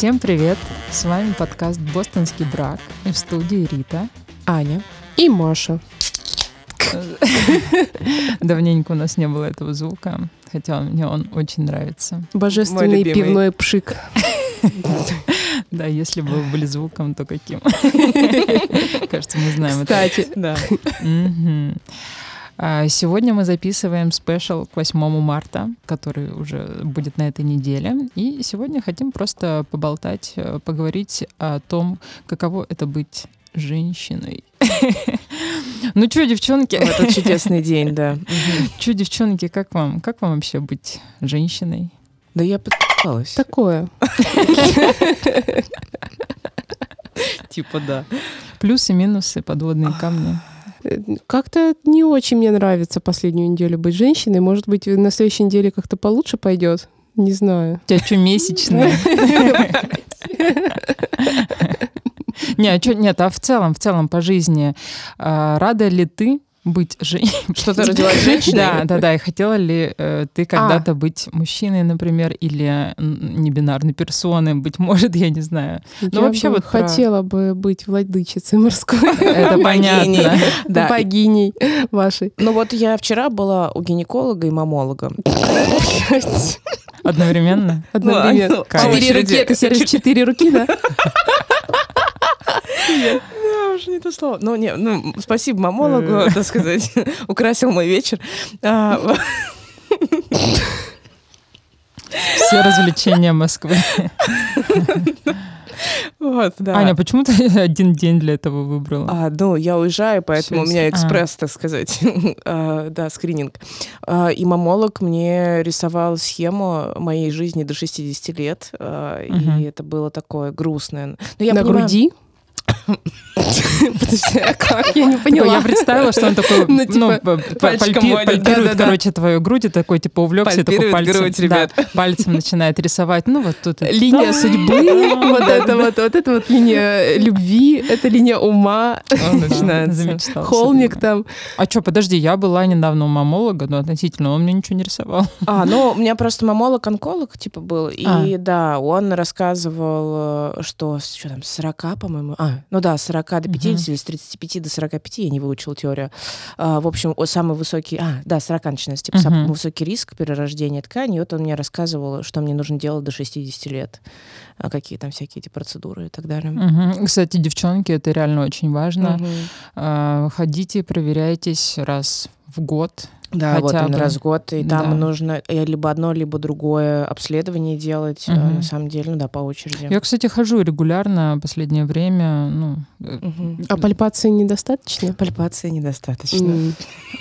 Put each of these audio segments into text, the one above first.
Всем привет! С вами подкаст «Бостонский брак». И в студии Рита, Аня и Маша. Давненько у нас не было этого звука, хотя мне он очень нравится. Божественный пивной пшик. Да, если бы вы были звуком, то каким? Кажется, мы знаем это. Кстати, да. Сегодня мы записываем спешл к 8 марта, который уже будет на этой неделе. И сегодня хотим просто поболтать, поговорить о том, каково это быть женщиной. Ну что, девчонки? В этот чудесный день, да. Что, девчонки, как вам вообще быть женщиной? Да я подпалась. Такое. Типа да. Плюсы, минусы, подводные камни. Как-то не очень мне нравится последнюю неделю быть женщиной. Может быть, на следующей неделе как-то получше пойдет? Не знаю. У тебя что, месячные? Нет, а в целом по жизни рада ли ты быть женщиной? Что ты родилась женщиной? Да. И хотела ли ты когда-то быть мужчиной, например, или небинарной персоной, быть может, я не знаю. Я вообще вот хотела бы быть владычицей морской. Это понятно. Да. Богиней вашей. Ну вот я вчера была у гинеколога и мамолога. Одновременно? Одновременно. 4 руки, это через 4 руки, да? Да, уже не то слово. Ну, спасибо мамологу, так сказать, украсил мой вечер. Все развлечения Москвы. Вот, да. Аня, почему ты один день для этого выбрала? Ну, я уезжаю, поэтому у меня экспресс, так сказать, да, скрининг. И мамолог мне рисовал схему моей жизни до 60 лет, и это было такое грустное. На груди? Подожди, а как? Я не поняла. Я представила, что он такой, пальпирует, короче, твою грудь, и такой, типа, увлекся, такой пальцем начинает рисовать. Ну, вот тут... Линия судьбы, вот это вот линия любви, это линия ума. Начинается. Холмик там. А что, подожди, я была недавно у мамолога, но относительно, он мне ничего не рисовал. Ну, у меня просто мамолог-онколог, типа, был, и да, он рассказывал, что там, с 40, по-моему, ну да, с 40 до 50 или с 35 до 45, я не выучила теорию. В общем, самый высокий... с 40 начинается, типа, самый высокий риск перерождения ткани. И вот он мне рассказывал, что мне нужно делать до 60 лет. Какие там всякие эти процедуры и так далее. Кстати, девчонки, это реально очень важно. Ходите, проверяйтесь раз в год. Да, вот он раз в год, и там нужно либо одно, либо другое обследование делать, на самом деле, по очереди. Я, кстати, хожу регулярно в последнее время. А пальпации недостаточно? Пальпации недостаточно.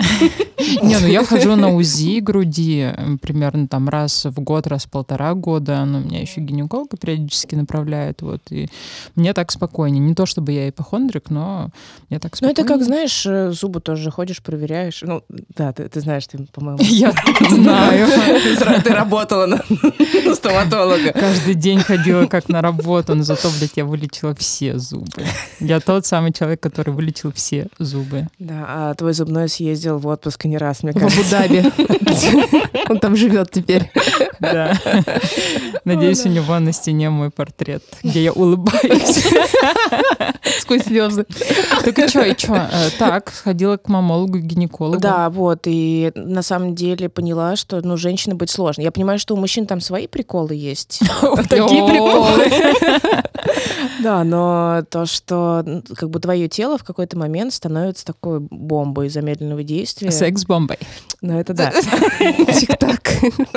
Я хожу на УЗИ груди примерно там раз в год, раз в 1,5 года. Но меня еще гинеколог периодически направляет. Вот, и мне так спокойнее. Не то чтобы я ипохондрик, но мне так спокойнее. Ну, это как, знаешь, зубы тоже ходишь, проверяешь. Ну, да, ты знаешь, ты, по-моему... Я знаю. Ты работала на стоматолога. Каждый день ходила как на работу, но зато, я вылечила все зубы. Я тот самый человек, который вылечил все зубы. Да, а твой зубной съездил в отпуск не раз, мне кажется. В Абу-Даби. Он там живет теперь. Да. Надеюсь, у него на стене мой портрет, где я улыбаюсь. Сквозь слезы. Так и что? Так, сходила к мамологу, гинекологу. Да, вот, и на самом деле поняла, что, женщине быть сложно. Я понимаю, что у мужчин там свои приколы есть. Такие приколы. Да, но то, что как бы твое тело в какой-то момент становится такой бомбой замедленного действия. Секс-бомбой. Ну, это да. Тик-так.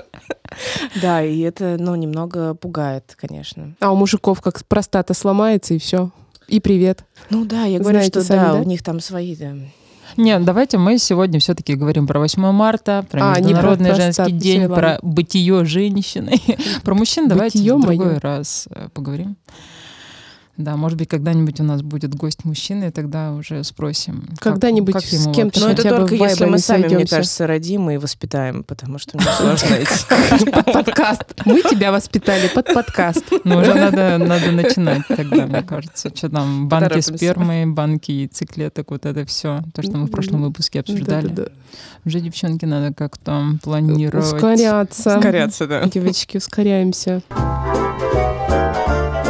Да, и это, немного пугает, конечно. А у мужиков как простата сломается, и все. И привет. Ну да, я говорю, что да, у них там свои, да. Нет, давайте мы сегодня все-таки говорим про 8 марта, про Международный женский день, про бытие женщины. Про мужчин давайте в другой раз поговорим. Да, может быть, когда-нибудь у нас будет гость мужчины, и тогда уже спросим. Когда-нибудь с кем-то. Но это только если мы сами, мне кажется, родим и воспитаем, потому что мне сложно идти. Под подкаст. Мы тебя воспитали под подкаст. Ну, уже надо начинать тогда, мне кажется. Что там, банки спермы, банки яйцеклеток, вот это все. То, что мы в прошлом выпуске обсуждали. Уже, девчонки, надо как-то планировать. Ускоряться, да. Девочки, ускоряемся.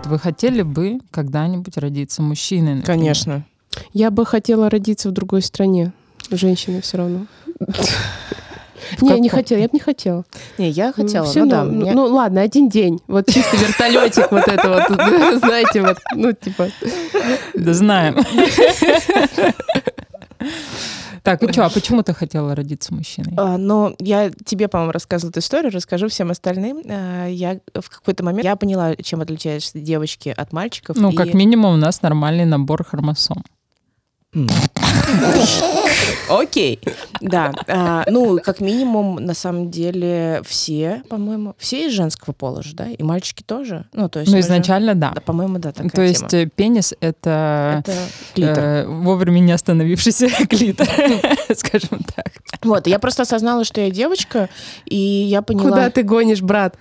Вот вы хотели бы когда-нибудь родиться мужчиной, например? Конечно. Я бы хотела родиться в другой стране. Женщиной все равно. Не, не хотела, я бы не хотела. Не, я хотела, ну да. Ну ладно, один день. Вот чисто вертолетик вот это вот, знаете, вот, ну типа. Да знаем. Так, и что, а почему ты хотела родиться мужчиной? Ну, я тебе, по-моему, рассказывала эту историю, расскажу всем остальным. Я в какой-то момент я поняла, чем отличаются девочки от мальчиков. Ну, как минимум, у нас нормальный набор хромосом. Окей, да. Ну, как минимум, на самом деле, все, по-моему, все из женского пола же, да? И мальчики тоже? Ну, то есть изначально, да. По-моему, да, такая тема. То есть пенис — это клитор. Вовремя не остановившийся клитор, скажем так. Вот, я просто осознала, что я девочка, и я поняла... Куда ты гонишь, брат?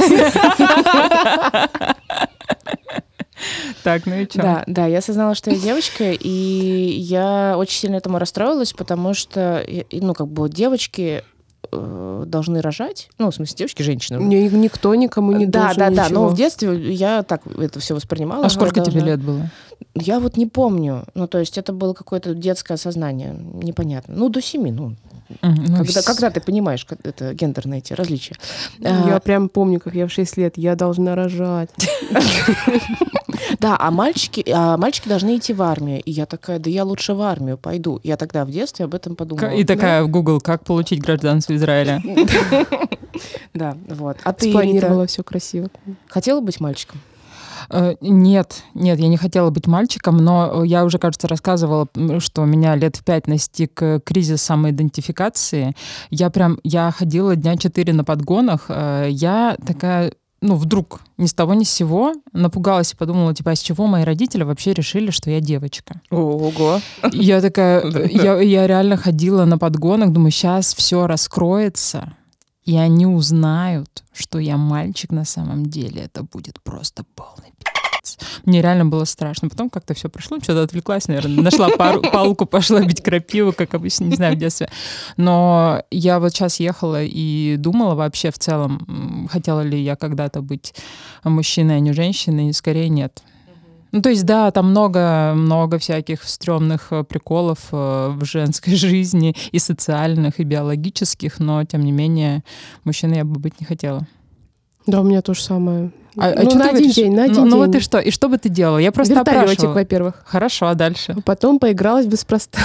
Так, ну и что? Да, я осознала, что я девочка, и я очень сильно этому расстроилась, потому что, ну, как бы девочки должны рожать. Ну, в смысле, девочки, женщины. Никто никому не должен Да, но в детстве я так это все воспринимала. А сколько тебе лет было? Я вот не помню. Ну, то есть это было какое-то детское осознание. Непонятно. Ну, до 7, ну. Когда ты понимаешь это гендерные эти различия. Я прям помню, как я в 6 лет, я должна рожать. Да, а мальчики должны идти в армию. И я такая, да я лучше в армию пойду. Я тогда в детстве об этом подумала. И такая в Google, как получить гражданство Израиля. Да, вот. А ты, спланировала все красиво. Хотела быть мальчиком? Нет, я не хотела быть мальчиком, но я уже, кажется, рассказывала, что меня лет в 5 настиг кризис самоидентификации. Я ходила дня 4 на подгонах. Я такая, ну, вдруг ни с того ни с сего напугалась и подумала, типа, а с чего мои родители вообще решили, что я девочка? Ого! Я такая, я реально ходила на подгонах, думаю, сейчас все раскроется, и они узнают, что я мальчик на самом деле. Это будет просто полный пи***ц. Мне реально было страшно. Потом как-то все прошло, что-то отвлеклась, наверное. Нашла палку, пошла бить крапиву, как обычно, не знаю, в детстве. Но я вот сейчас ехала и думала вообще в целом, хотела ли я когда-то быть мужчиной, а не женщиной. Скорее нет. Ну, то есть, да, там много всяких стрёмных приколов в женской жизни, и социальных, и биологических, но, тем не менее, мужчиной я бы быть не хотела. Да, у меня то же самое. На один день. Ну вот и что? И что бы ты делала? Я просто опрашивала. Вертолетик, во-первых. Хорошо, а дальше? Потом поигралась без простаты.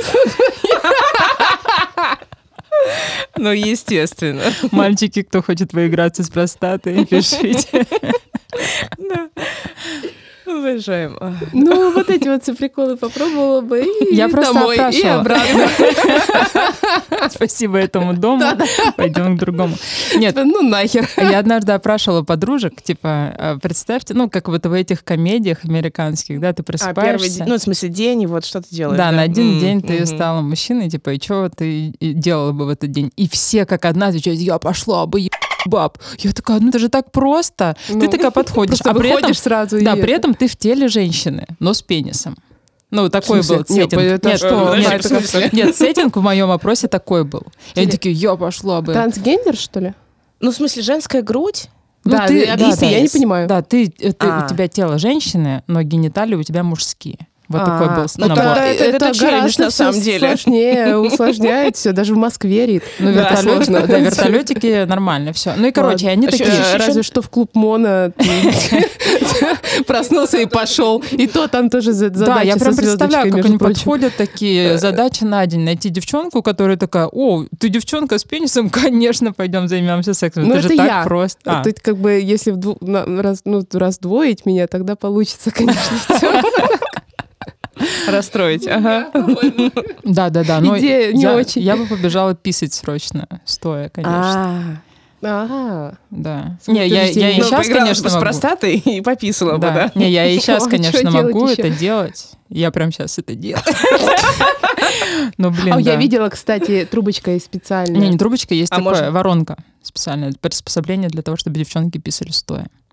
Ну, естественно. Мальчики, кто хочет поиграться с простатой, пишите. Да. Уважаем. Ну, вот эти вот все приколы попробовала бы и я просто домой, опрашивала. И обратно. Спасибо этому дому. Пойдем к другому. Нет, ну нахер. Я однажды опрашивала подружек, типа, представьте, ну, как вот в этих комедиях американских, да, ты просыпаешься. Ну, в смысле, день, и вот что ты делаешь. Да, на один день ты стала мужчиной, типа, и что ты делала бы в этот день? И все как одна отвечают, я пошла бы баб. Я такая, ну это же так просто. Ты такая подходишь. А при этом сразу. Да, при этом ты в теле женщины, но с пенисом. Ну, такой был сеттинг. Нет, сеттинг в моем опросе такой был. И они такие, я пошла бы. Трансгендер, что ли? Ну, в смысле, женская грудь? Да, ты объясни, я не понимаю. Да, у тебя тело женщины, но гениталии у тебя мужские. Вот такой был набор. Это челлендж, на самом деле. Сложнее, усложняет все. Даже в Москве рит. Ну, вертолетики нормально все. Ну и, короче, они такие... Разве что в клуб Моно проснулся и пошел. И то там тоже задачи со звездочкой. Да, я прям представляю, как они подходят такие, задачи на день. Найти девчонку, которая такая, о, ты девчонка с пенисом? Конечно, пойдем займемся сексом. Это же так просто. Тут как бы, если раздвоить меня, тогда получится, конечно, все. Расстроить, ага. Да. Идея не очень. Я бы побежала писать срочно, стоя, конечно. Ага. Да. Не, я и сейчас, конечно, с простатой и пописала бы, да? Не, я и сейчас, конечно, могу это делать. Я прям сейчас это делаю. Ну, блин, да. Я видела, кстати, трубочка специальная. Не трубочка, есть такое, воронка специальное, приспособление для того, чтобы девчонки писали стоя.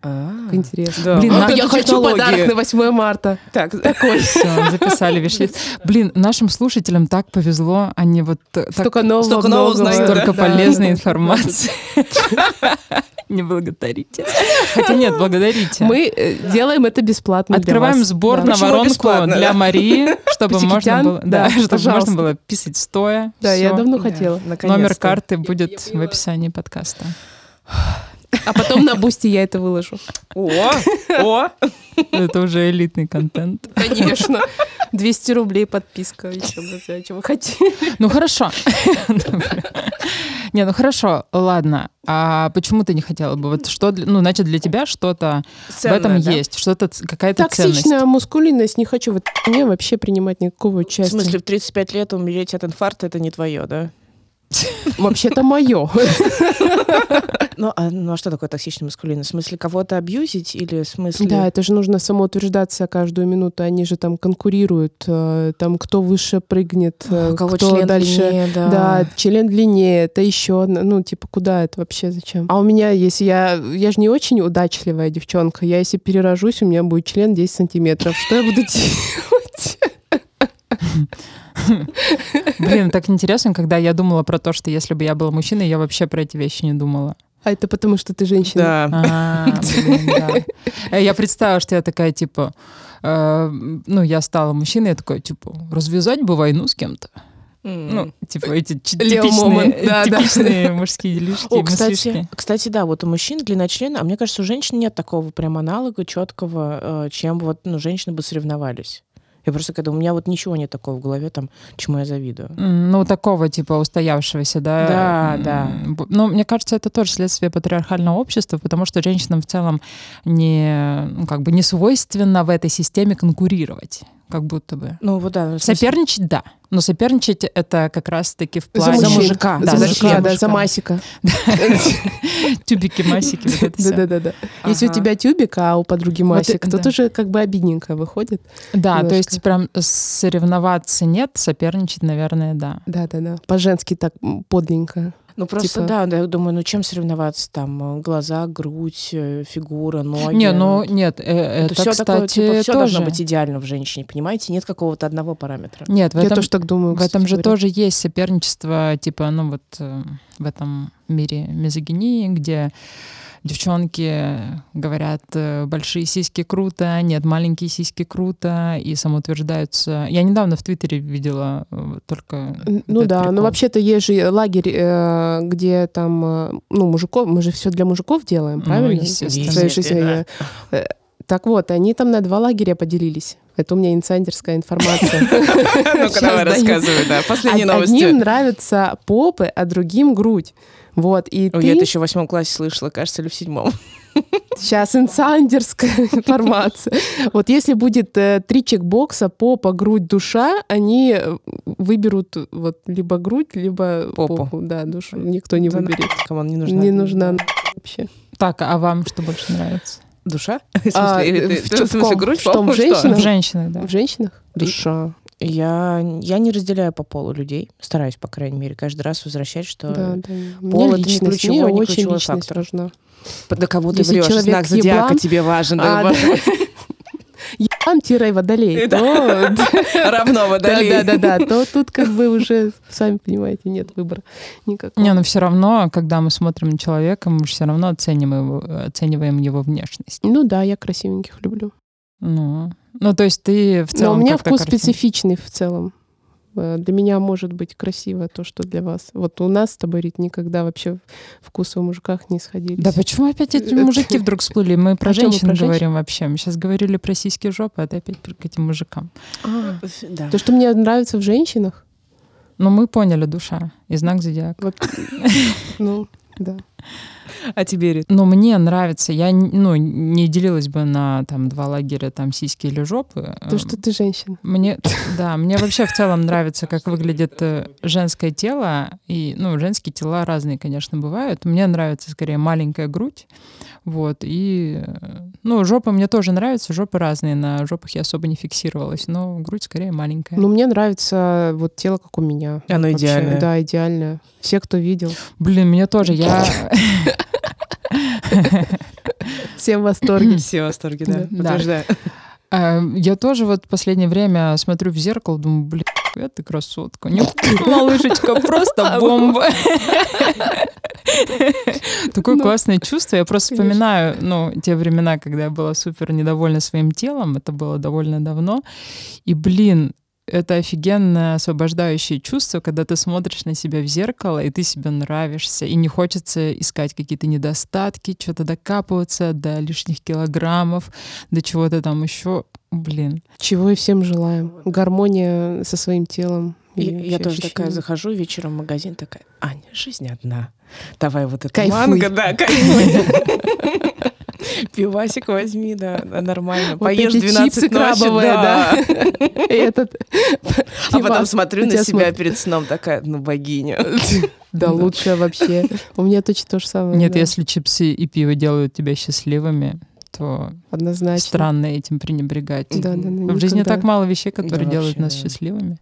Как интересно. Да. Блин, я хочу подарок на 8 марта. Так, такой. Все, записали виш-лист. Блин, нашим слушателям так повезло. Они вот столько нового узнают. Столько полезной информации. Не благодарите. Хотя нет, благодарите. Мы делаем это бесплатно. Открываем сбор на воронку для Марии, чтобы можно было писать стоя. Да, я давно хотела. Номер карты будет в описании подкаста. А потом на Бусти я это выложу. О! Это уже элитный контент. Конечно. 200 рублей подписка. Еще, что вы хотите. Ну, хорошо. Не, ну хорошо, ладно. А почему ты не хотела бы? Вот что, значит, для тебя что-то ценное, в этом есть, что-то, какая-то ценность. Токсичная мускулинность, не хочу в этом вообще принимать никакого участия. В смысле, в 35 лет умереть от инфаркта — это не твое, да? Вообще-то мое. Ну, а что такое токсичная маскулинность? В смысле, кого-то абьюзить или в смысле... Да, это же нужно самоутверждаться каждую минуту. Они же там конкурируют. Там кто выше прыгнет, у кого кто член дальше... длиннее, да. Да, член длиннее. Это еще одно. Ну, типа, куда это вообще, зачем? А у меня, если я же не очень удачливая девчонка. Я, если перерожусь, у меня будет член 10 сантиметров. Что я буду делать? Блин, так интересно, когда я думала про то, что если бы я была мужчиной, я вообще про эти вещи не думала. А это потому, что ты женщина? Да. Да. Я представила, что я такая, типа, я стала мужчиной, я такая, типа, развязать бы войну с кем-то. Ну, типа, эти типичные мужские делишки. Кстати, да, вот у мужчин длина члена, а мне кажется, у женщин нет такого прям аналога четкого, чем вот, женщины бы соревновались. Я просто когда у меня вот ничего нет такого в голове, там, чему я завидую. Ну, такого типа устоявшегося, да? Да. Но мне кажется, это тоже следствие патриархального общества, потому что женщинам в целом не свойственно в этой системе конкурировать, как будто бы. Ну, вот да. Соперничать, да. Но соперничать это как раз-таки в плане... За мужика. Да, за масика. Тюбики, масики, вот это все. Да. Если у тебя тюбик, а у подруги масик, то тоже как бы обидненько выходит. Да, то есть прям соревноваться нет, соперничать, наверное, да. Да. По-женски так подленько. Ну, просто, да, я думаю, чем соревноваться там? Глаза, грудь, фигура, ноги. Нет, это все кстати, такое, типа, все тоже должно быть идеально в женщине, понимаете? Нет какого-то одного параметра. Нет, я тоже так думаю. В этом же тоже есть соперничество, типа, в этом мире мизогинии, где девчонки говорят, большие сиськи круто, нет, маленькие сиськи круто, и самоутверждаются. Я недавно в Твиттере видела только... Ну да, но вообще-то есть же лагерь, где там, мужиков, мы же все для мужиков делаем, правильно? Естественно. Так вот, они там на 2 лагеря поделились. Это у меня инсайдерская информация. Ну-ка, давай рассказывай, да. Последние новости. Одним нравятся попы, а другим грудь. Вот, и я это еще в 8 классе слышала, кажется, или в 7. Сейчас инсайдерская информация. Вот если будет 3 чекбокса, попа, грудь, душа, они выберут вот либо грудь, либо попу. Да, душу никто не выберет. Кому не нужна. Не нужна вообще. Так, а вам что больше нравится? Душа? В смысле, грудь? В женщинах? В женщинах, да. В женщинах? Душа. Я не разделяю по полу людей. Стараюсь, по крайней мере, каждый раз возвращать, что пол — это не ключевой фактор. Важна. Да кого ты врешь? Знак зодиака тебе важен. Еблан-водолей. Равно водолей. Да. То тут как бы уже, сами понимаете, нет выбора никакого. Но все равно, когда мы смотрим на человека, мы же все равно оцениваем его внешность. Ну да, я красивеньких люблю. То есть ты в целом... Но у меня вкус специфичный в целом. Для меня может быть красиво то, что для вас. Вот у нас с тобой, Рит, никогда вообще вкусы в мужиках не сходились. Да почему опять эти мужики вдруг всплыли? Мы про женщин говорим вообще. Мы сейчас говорили про сиськи, жопы, а ты опять к этим мужикам. Да. То, что мне нравится в женщинах? Мы поняли, душа. И знак зодиака. Да. А тебе, Рит? Мне нравится. Я не делилась бы на 2 лагеря, сиськи или жопы. То, что ты женщина. Мне вообще в целом нравится, как выглядит женское тело. И, женские тела разные, конечно, бывают. Мне нравится скорее маленькая грудь. Вот. И, жопы мне тоже нравятся. Жопы разные. На жопах я особо не фиксировалась. Но грудь скорее маленькая. Мне нравится вот тело, как у меня. Оно вообще идеальное. Да, идеальное. Все, кто видел. Блин, мне тоже. Все в восторге. Все в восторге, да. Подтверждаю. Я тоже вот в последнее время смотрю в зеркало, думаю, блин, ты красотка. Малышечка, просто бомба. Такое классное чувство. Я просто вспоминаю, те времена, когда я была супер недовольна своим телом. Это было довольно давно. И, блин, это офигенное освобождающее чувство, когда ты смотришь на себя в зеркало, и ты себе нравишься, и не хочется искать какие-то недостатки, что-то докапываться до лишних килограммов, до чего-то там еще. Блин. Чего и всем желаем. Гармония со своим телом. Я тоже такая захожу вечером в магазин, такая: Аня, жизнь одна. Давай вот это кайфуй. манго, да, кайфуй. Пивасик возьми, да, нормально. Поешь 12 чипсы крабовые, да. А потом смотрю на себя перед сном, такая, богиня. Да, лучше вообще. У меня точно то же самое. Нет, если чипсы и пиво делают тебя счастливыми, то однозначно странно этим пренебрегать. Да, в жизни так мало вещей, которые делают нас счастливыми.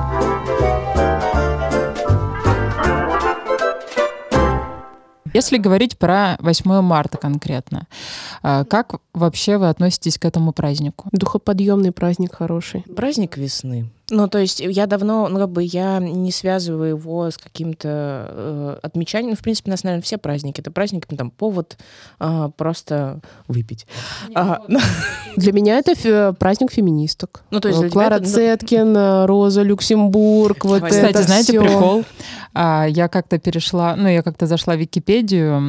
Если говорить про 8 марта конкретно, как вообще вы относитесь к этому празднику? Духоподъемный праздник хороший. Праздник весны. То есть я давно, я не связываю его с каким-то отмечанием. В принципе, у нас, наверное, все праздники. Это праздник, повод просто выпить. Для меня это праздник феминисток. То есть Клара Цеткин, Роза Люксембург. Кстати, знаете, прикол? Я как-то зашла в Википедию,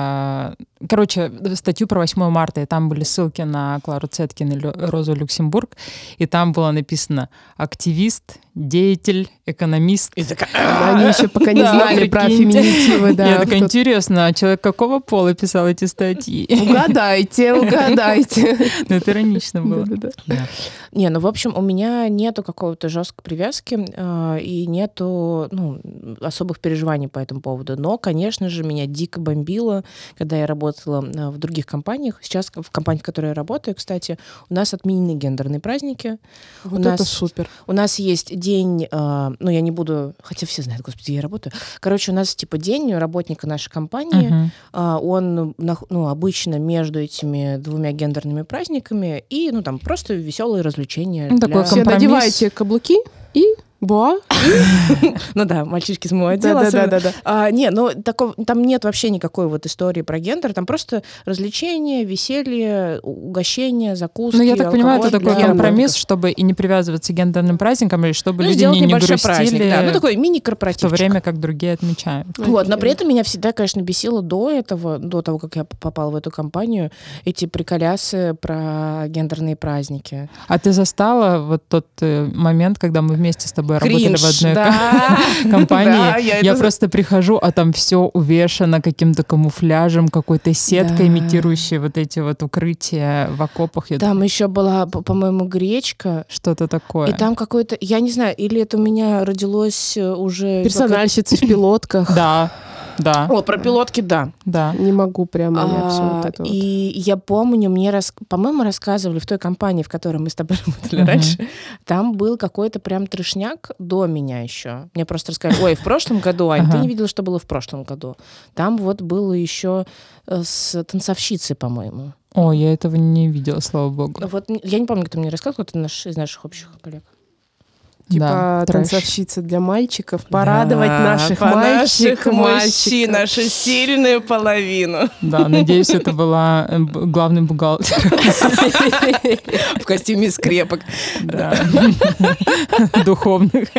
статью про 8 марта, и там были ссылки на Клару Цеткин и Розу Люксембург, и там было написано «активист», «деятель», «экономист». Они еще пока не знали про феминитивы. Я такая, интересно, а человек какого пола писал эти статьи? Угадайте. Это иронично было. Не, в общем, у меня нету какого-то жесткой привязки и нету особых переживаний по этому поводу. Но, конечно же, меня дико бомбило, когда я работала в других компаниях. Сейчас в компании, в которой я работаю, кстати, у нас отменены гендерные праздники. Это супер. У нас есть день, я не буду, хотя все знают, господи, я работаю. У нас день работника нашей компании. Он обычно между этими двумя гендерными праздниками, и просто веселые развлечения. Все надевайте каблуки и боа. Мальчишки смывают дело. Там нет вообще никакой истории про гендер. Там просто развлечения, веселье, угощения, закуски. Я так понимаю, это такой компромисс, чтобы и не привязываться к гендерным праздникам, или чтобы люди не грустили. Такой мини-корпоративчик. В то время как другие отмечают. Но при этом меня всегда, конечно, бесило до того, как я попала в эту компанию, эти приколясы про гендерные праздники. А ты застала тот момент, когда мы вместе с тобой работали в одной компании. Я просто прихожу, а там все увешано каким-то камуфляжем, какой-то сеткой, имитирующей эти укрытия в окопах. Там еще была, по-моему, гречка. Что-то такое. И там какой-то, я не знаю, или это у меня родилось уже... Персональщицы в пилотках. Да. Про пилотки, да. Не могу прямо я все это. И я помню, по-моему, рассказывали в той компании, в которой мы с тобой работали раньше, там был какой-то прям трешняк до меня еще. Мне просто рассказали, в прошлом году, Ань, ты не видела, что было в прошлом году. Там было еще с танцовщицей, по-моему. Я этого не видела, слава богу. Я не помню, кто мне рассказывал, кто-то из наших общих коллег. Танцовщица для мальчиков, порадовать наших мальчик, нашу сильную половину. Да, надеюсь, это была главный бухгалтер. В костюме скрепок. Да. Духовных.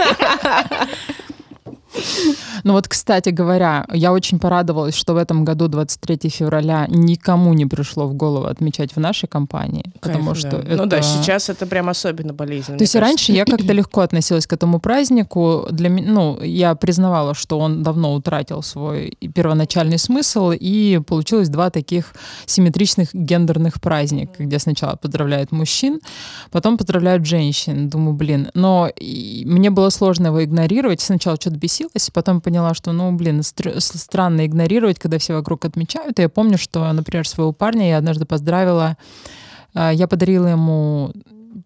Кстати говоря, я очень порадовалась, что в этом году 23 февраля никому не пришло в голову отмечать в нашей компании. Потому что сейчас это прям особенно болезненно. То есть раньше я как-то легко относилась к этому празднику. Я признавала, что он давно утратил свой первоначальный смысл, и получилось 2 таких симметричных гендерных праздника, где сначала поздравляют мужчин, потом поздравляют женщин. Думаю, но мне было сложно его игнорировать. Сначала что-то бесилась, потом поняла, что, странно игнорировать, когда все вокруг отмечают. И я помню, что, например, своего парня я однажды поздравила, я подарила ему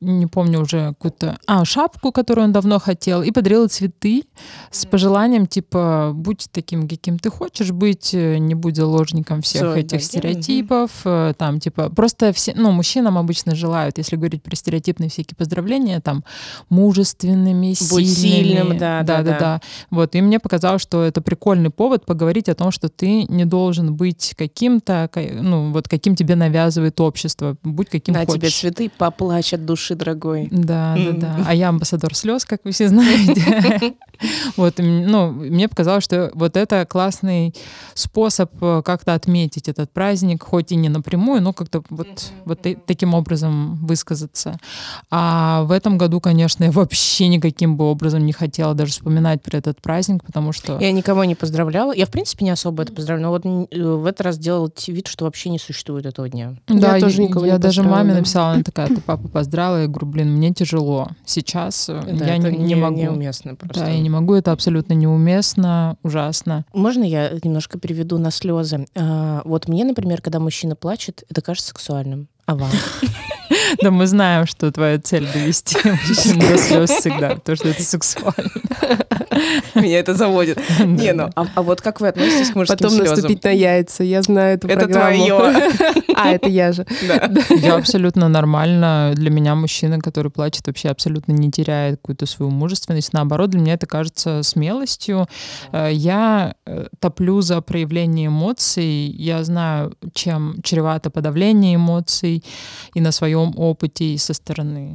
не помню уже какую-то... шапку, которую он давно хотел, и подарила цветы с пожеланием, типа, будь таким, каким ты хочешь быть, не будь заложником всех этих стереотипов. Там, типа, просто все... мужчинам обычно желают, если говорить про стереотипные всякие поздравления, там, мужественными, сильными. Будь сильным, да. Вот, и мне показалось, что это прикольный повод поговорить о том, что ты не должен быть каким-то, каким тебе навязывает общество. Будь каким хочешь. На тебе цветы, поплачь от души, дорогой. Да. А я амбассадор слез, как вы все знаете. Вот, мне показалось, что вот это классный способ как-то отметить этот праздник, хоть и не напрямую, но как-то вот таким образом высказаться. А в этом году, конечно, я вообще никаким бы образом не хотела даже вспоминать про этот праздник, потому что... Я никого не поздравляла. Я, в принципе, не особо это поздравляла, но вот в этот раз делала вид, что вообще не существует этого дня. Да, я тоже никого не даже маме написала, она такая: ты папу поздравила? Я говорю, мне тяжело. Сейчас я не могу. Неуместно просто. Да, я не могу, это абсолютно неуместно, ужасно. Можно я немножко переведу на слезы? Вот мне, например, когда мужчина плачет, это кажется сексуальным. А вам? Да, мы знаем, что твоя цель довести мужчин до слез всегда, потому что это сексуально. Меня это заводит. А вот как вы относитесь к мужским слезам? Потом наступить на яйца, я знаю эту программу. Это твое. Это я же. Я абсолютно нормально. Для меня мужчина, который плачет, вообще абсолютно не теряет какую-то свою мужественность. Наоборот, для меня это кажется смелостью. Я топлю за проявление эмоций. Я знаю, чем чревато подавление эмоций и на своем опыте, и со стороны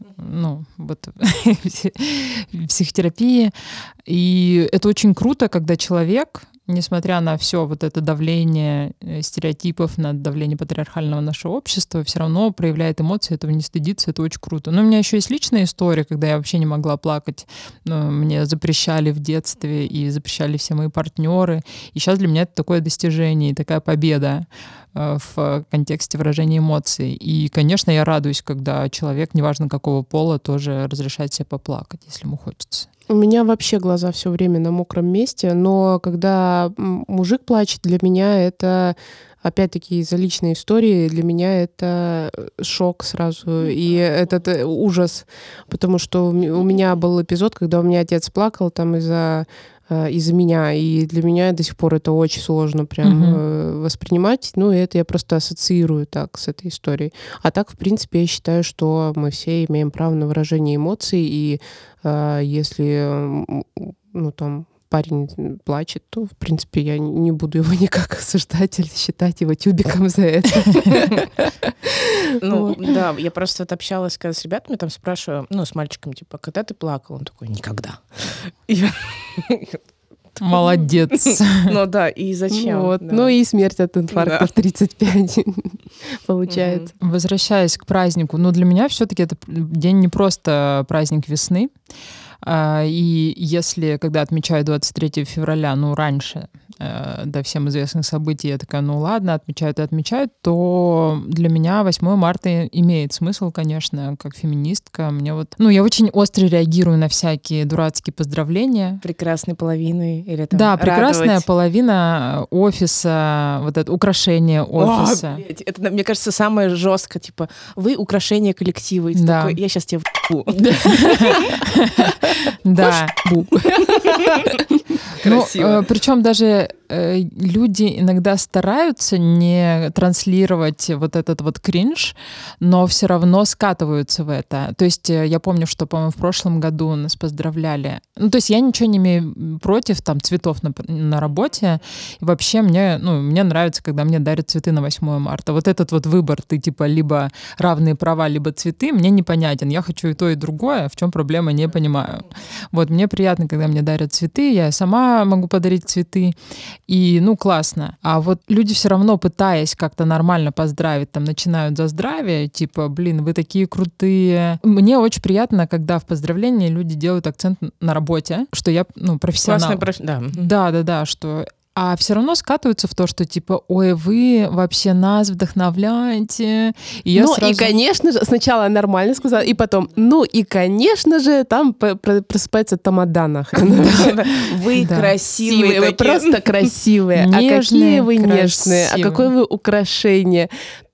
психотерапии. И это очень круто, когда человек, несмотря на все вот это давление стереотипов, на давление патриархального нашего общества, все равно проявляет эмоции, этого не стыдится, это очень круто. Но у меня еще есть личная история, когда я вообще не могла плакать. Мне запрещали в детстве и запрещали все мои партнеры. И сейчас для меня это такое достижение, такая победа в контексте выражения эмоций. И, конечно, я радуюсь, когда человек, неважно какого пола, тоже разрешает себе поплакать, если ему хочется. У меня вообще глаза все время на мокром месте, но когда мужик плачет, для меня это, опять-таки, из-за личной истории, для меня это шок сразу, и этот ужас, потому что у меня был эпизод, когда у меня отец плакал там из-за меня, и для меня до сих пор это очень сложно прям воспринимать, и это я просто ассоциирую так с этой историей. А так, в принципе, я считаю, что мы все имеем право на выражение эмоций, и если, парень плачет, то, в принципе, я не буду его никак осуждать или считать его тюбиком за это. Да, я просто общалась с ребятами, там спрашиваю, с мальчиком, типа, когда ты плакал? Он такой, никогда. Молодец. Да, и зачем? И смерть от инфаркта в 35 получается. Возвращаясь к празднику, для меня все-таки это день не просто праздник весны. И если, когда отмечаю 23 февраля, раньше, до всем известных событий, я такая, ладно, отмечают и отмечают, то для меня 8 марта имеет смысл, конечно, как феминистка. Мне я очень остро реагирую на всякие дурацкие поздравления. Прекрасной половины или там Да, прекрасная радовать. Половина офиса, вот это украшение офиса. Это, мне кажется, самое жесткое, типа, вы украшение коллектива. И да. Такой, я сейчас тебе Да. Красиво. Причем даже люди иногда стараются не транслировать вот этот вот кринж, но все равно скатываются в это. То есть я помню, что, по-моему, в прошлом году нас поздравляли. То есть я ничего не имею против там цветов на работе. И вообще мне нравится, когда мне дарят цветы на 8 марта. Вот этот вот выбор, ты типа либо равные права, либо цветы, мне непонятен. Я хочу и то, и другое. В чем проблема, не понимаю. Вот мне приятно, когда мне дарят цветы. Я сама могу подарить цветы. И, классно. А вот люди все равно, пытаясь как-то нормально поздравить, там, начинают за здравие, типа, вы такие крутые. Мне очень приятно, когда в поздравлении люди делают акцент на работе, что я, профессионал. Да, что... А все равно скатываются в то, что типа, ой, вы вообще нас вдохновляете. И я сразу... и, конечно же, сначала нормально сказала, и потом, и, конечно же, там просыпается тамада нахрен. Вы красивые. Вы просто красивые. А какие вы нежные, а какое вы украшение.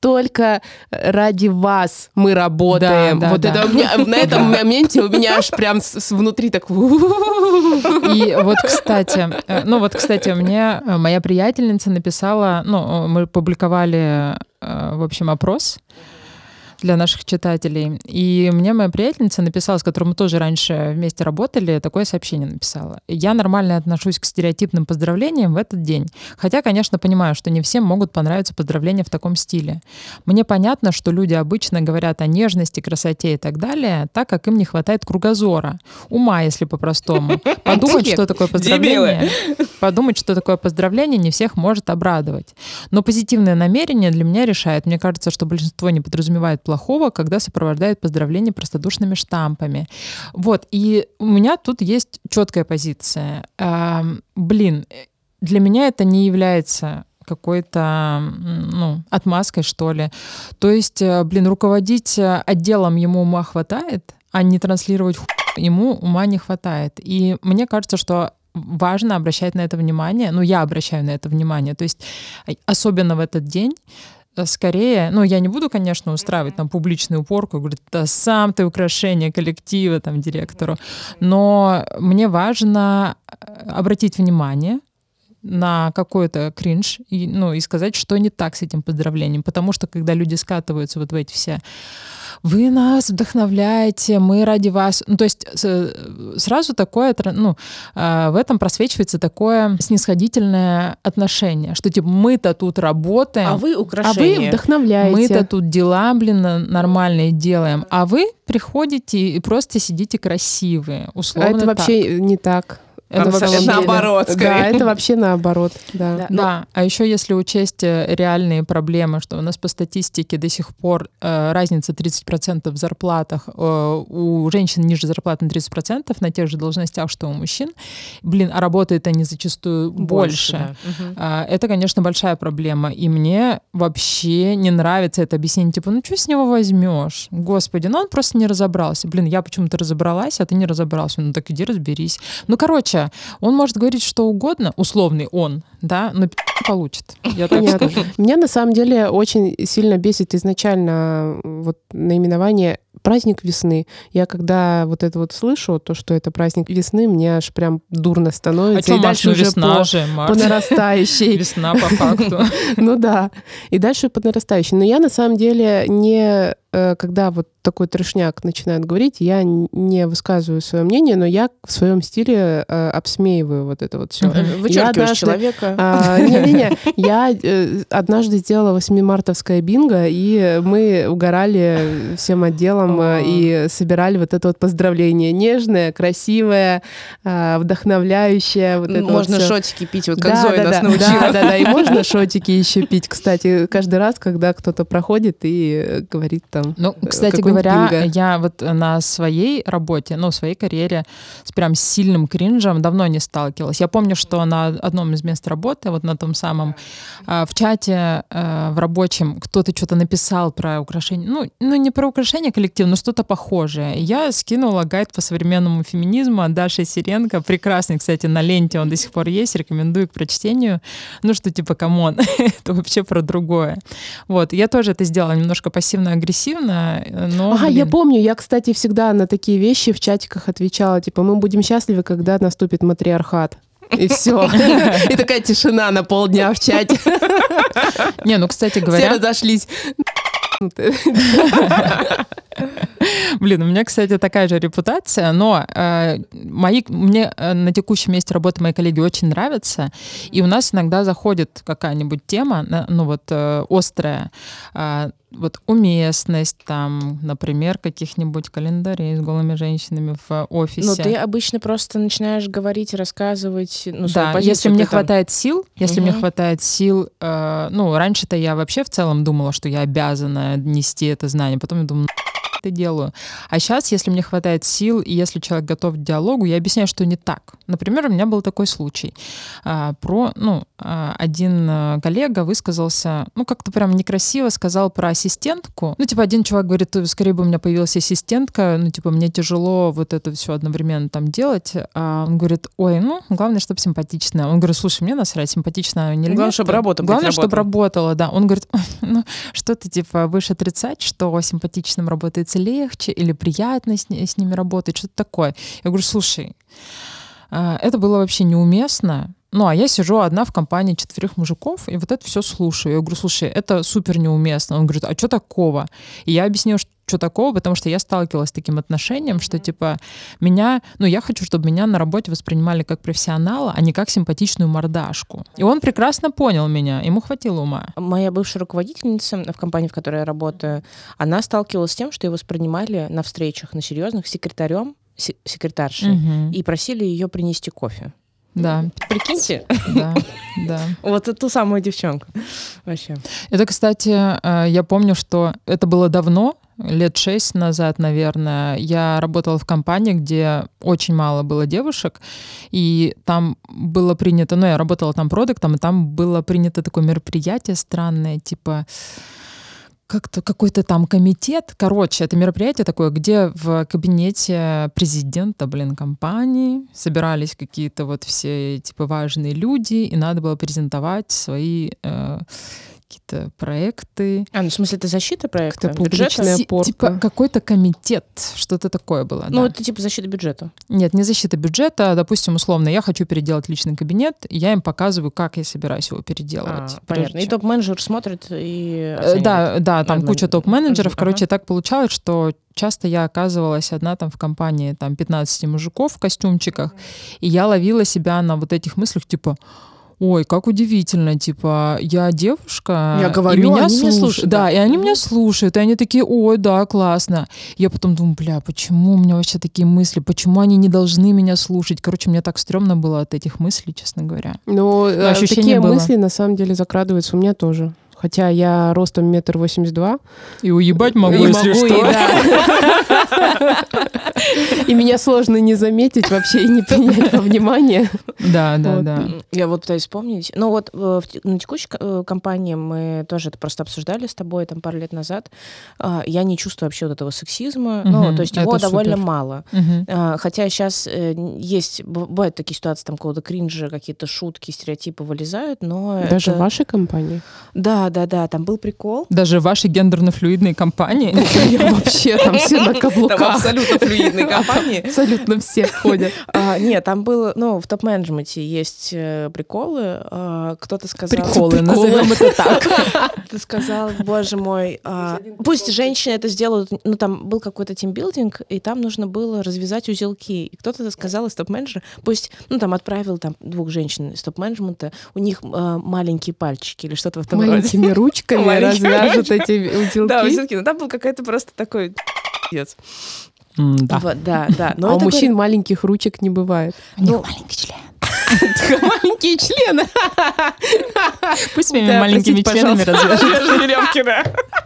только ради вас мы работаем. Это на этом моменте у меня аж прям внутри так... И вот, кстати, мне моя приятельница написала, мы публиковали, в общем, опрос для наших читателей. И мне моя приятельница написала, с которой мы тоже раньше вместе работали, такое сообщение написала. Я нормально отношусь к стереотипным поздравлениям в этот день. Хотя, конечно, понимаю, что не всем могут понравиться поздравления в таком стиле. Мне понятно, что люди обычно говорят о нежности, красоте и так далее, так как им не хватает кругозора. Ума, если по-простому. Подумать, что такое поздравление, не всех может обрадовать. Но позитивное намерение для меня решает. Мне кажется, что большинство не подразумевает плохого, когда сопровождает поздравления простодушными штампами. Вот, и у меня тут есть четкая позиция. Для меня это не является какой-то, отмазкой, что ли. То есть, руководить отделом ему ума хватает, а не транслировать ему ума не хватает. И мне кажется, что важно обращать на это внимание. Я обращаю на это внимание. То есть, особенно в этот день, скорее, я не буду, конечно, устраивать там публичную упорку, говорю, да сам ты украшение коллектива, там, директору, но мне важно обратить внимание на какой-то кринж и сказать, что не так с этим поздравлением, потому что когда люди скатываются вот в эти все «Вы нас вдохновляете, мы ради вас». То есть сразу такое, в этом просвечивается такое снисходительное отношение, что типа мы-то тут работаем, а вы украшения. А вы вдохновляете. Мы-то тут дела, нормальные делаем, а вы приходите и просто сидите красивые, условно. Это вообще не так. Это вообще наоборот. Да, это вообще наоборот. Да. А еще если учесть реальные проблемы, что у нас по статистике до сих пор разница 30% в зарплатах у женщин ниже зарплаты на 30% на тех же должностях, что у мужчин, а работают они зачастую больше. Да. Это, конечно, большая проблема. И мне вообще не нравится это объяснение. Типа, что с него возьмешь? Господи, он просто не разобрался. Я почему-то разобралась, а ты не разобрался. Так иди разберись. Короче, он может говорить что угодно, условный он, да, но получит. Я так скажу. Меня на самом деле очень сильно бесит изначально наименование «праздник весны». Я когда это слышу, то, что это праздник весны, мне аж прям дурно становится. И дальше уже по нарастающей. Весна по факту. Да. И дальше по нарастающей. Но я на самом деле не... Когда такой трешняк начинают говорить, я не высказываю свое мнение, но я в своем стиле обсмеиваю это все. Вычеркиваешь человека. Не-не-не. Я однажды сделала 8-мартовское бинго, и мы угорали всем отделом и собирали это поздравление. Нежное, красивое, вдохновляющее. Можно шотики пить, как Зоя нас научила. Да, и можно шотики еще пить, кстати, каждый раз, когда кто-то проходит и говорит там. Кстати говоря, я на своей работе, в своей карьере с прям сильным кринжем давно не сталкивалась. Я помню, что на одном из мест работы, на том самом, в чате в рабочем кто-то что-то написал про украшение. Не про украшение коллектива, но что-то похожее. Я скинула гайд по современному феминизму от Даши Сиренко. Прекрасный, кстати, на ленте он до сих пор есть, рекомендую к прочтению. Камон, это вообще про другое. Я тоже это сделала немножко пассивно-агрессивно, но... я помню, я, кстати, всегда на такие вещи в чатиках отвечала, мы будем счастливы, когда наступит матриархат. И все. И такая тишина на полдня в чате. Кстати говоря... Все разошлись. У меня, кстати, такая же репутация, но мне на текущем месте работы мои коллеги очень нравятся, и у нас иногда заходит какая-нибудь тема, острая, уместность, например, каких-нибудь календарей с голыми женщинами в офисе. Но ты обычно просто начинаешь говорить, рассказывать, свою позицию. Если мне хватает сил, раньше-то я вообще в целом думала, что я обязана нести это знание, потом я думаю, это делаю. А сейчас, если мне хватает сил, и если человек готов к диалогу, я объясняю, что не так. Например, у меня был такой случай. Один коллега высказался, как-то прям некрасиво сказал про ассистентку. Один человек говорит, скорее бы у меня появилась ассистентка, мне тяжело вот это все одновременно там делать. А он говорит, главное, чтобы симпатичная. Он говорит, слушай, мне насрать, симпатичная или нет. Главное, чтобы работала. Главное, чтобы работала, да. Он говорит, что ты, будешь отрицать, что симпатичным работается легче или приятно с ними работать, что-то такое. Я говорю, слушай, это было вообще неуместно. А я сижу одна в компании 4 мужиков, и вот это все слушаю. Я говорю, слушай, это супер неуместно. Он говорит, а что такого? И я объяснила, что такого, потому что я сталкивалась с таким отношением, что меня, я хочу, чтобы меня на работе воспринимали как профессионала, а не как симпатичную мордашку. И он прекрасно понял меня, ему хватило ума. Моя бывшая руководительница в компании, в которой я работаю, она сталкивалась с тем, что ее воспринимали на встречах, на серьезных, секретаршей, и просили ее принести кофе. Да. Прикиньте. Да. Вот ту самую девчонку. Вообще. Это, кстати, я помню, что это было давно, лет 6 назад, наверное. Я работала в компании, где очень мало было девушек, и там было принято, я работала там продуктом, и там было принято такое мероприятие странное, какой-то там комитет. Короче, это мероприятие такое, где в кабинете президента, компании собирались какие-то все важные люди, и надо было презентовать свои какие-то проекты. В смысле, это защита проекта? Публичная порка. Какой-то комитет, что-то такое было. Это защита бюджета? Нет, не защита бюджета. Допустим, условно, я хочу переделать личный кабинет, и я им показываю, как я собираюсь его переделывать. Понятно. И топ-менеджер смотрит и оценивает. Да, там куча топ-менеджеров. Короче, так получалось, что часто я оказывалась одна там в компании 15 мужиков в костюмчиках, и я ловила себя на вот этих мыслях, ой, как удивительно, я девушка, я говорю, и меня слушают. Да, и они меня слушают, и они такие, ой, да, классно. Я потом думаю, почему у меня вообще такие мысли, почему они не должны меня слушать? Короче, мне так стрёмно было от этих мыслей, честно говоря. Такие мысли на самом деле закрадываются у меня тоже. Хотя я ростом 1,82 м. И уебать могу, если что. И меня сложно не заметить вообще и не принять во внимание. Да. Я пытаюсь вспомнить. На текущей компании мы тоже это просто обсуждали с тобой пару лет назад. Я не чувствую вообще вот этого сексизма. То есть его довольно мало. Хотя сейчас бывают такие ситуации, какого-то кринжа, какие-то шутки, стереотипы вылезают, но... Даже в вашей компании? Да, там был прикол. Даже в вашей гендерно-флюидной компании? Вообще, там все на каблуках. Там абсолютно флюидные компании. Абсолютно все ходят. Нет, там было, в топ-менеджменте есть приколы. Кто-то сказал... Приколы, назовем это так. Ты сказал, боже мой, пусть женщины это сделают. Там был какой-то тимбилдинг, и там нужно было развязать узелки. И кто-то сказал из топ-менеджера, пусть, отправил 2 женщин из топ-менеджмента, у них маленькие пальчики или что-то в этом роде. Маленькими ручками развяжут эти узелки. Да, узелки. Но там был какой-то просто такой пиздец. Да. Да. А у мужчин маленьких ручек не бывает. У них маленький член. Маленькие члены. Пусть своими маленькими членами развяжут веревки, да.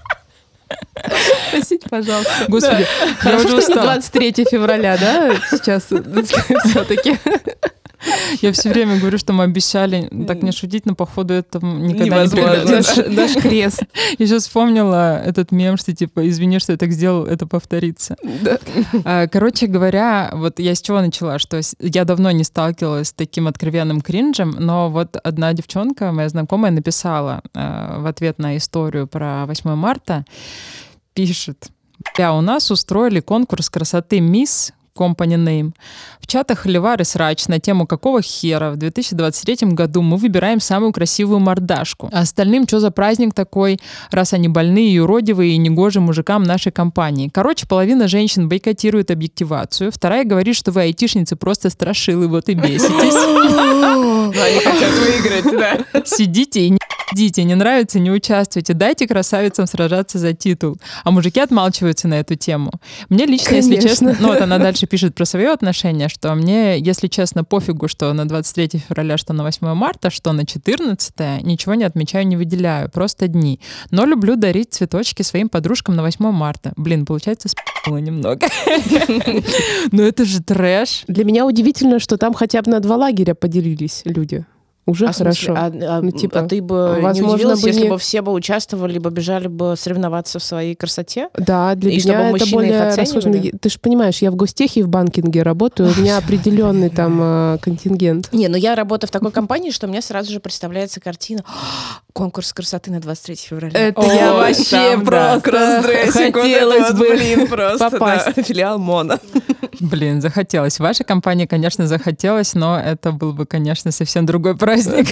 Простите, пожалуйста. Господи, я уже устала. 23 февраля, да, сейчас все-таки. Я все время говорю, что мы обещали так не шутить, но походу это никогда не прекратится. Наш крест. Я сейчас вспомнила этот мем, что извини, что я так сделал, это повторится. Да. Короче говоря, я с чего начала, что я давно не сталкивалась с таким откровенным кринжем, но одна девчонка, моя знакомая, написала в ответ на историю про 8 марта, пишет: у нас устроили конкурс красоты «Мисс», company name. В чатах холивар и срач на тему, какого хера в 2023 году мы выбираем самую красивую мордашку. А остальным что за праздник такой, раз они больные и уродивые и негожи мужикам нашей компании. Короче, половина женщин бойкотирует объективацию, вторая говорит, что вы айтишницы просто страшилы, и беситесь. Они хотят выиграть, да. Сидите и не идите, не нравится, не участвуйте, дайте красавицам сражаться за титул. А мужики отмалчиваются на эту тему. Мне лично, если честно, ну вот она дальше пишет про свое отношение, что мне, если честно, пофигу, что на 23 февраля, что на 8 марта, что на 14, ничего не отмечаю, не выделяю, просто дни. Но люблю дарить цветочки своим подружкам на 8 марта. Блин, получается, спи***ла немного. Но это же трэш. Для меня удивительно, что там хотя бы на 2 лагеря поделились люди. Уже хорошо. А ты бы не удивилась, если бы все бы участвовали, либо бежали бы соревноваться в своей красоте? Да, для меня это более рассужденно. Ты же понимаешь, я в гостехе и в банкинге работаю, у меня определенный там контингент. Не, но я работаю в такой компании, что мне сразу же представляется картина. Конкурс красоты на 23 февраля. Это я вообще просто хотелось бы, блин, просто попасть. Филиал МОНа. Блин, захотелось. Вашей компании, конечно, захотелось, но это был бы, конечно, совсем другой праздник.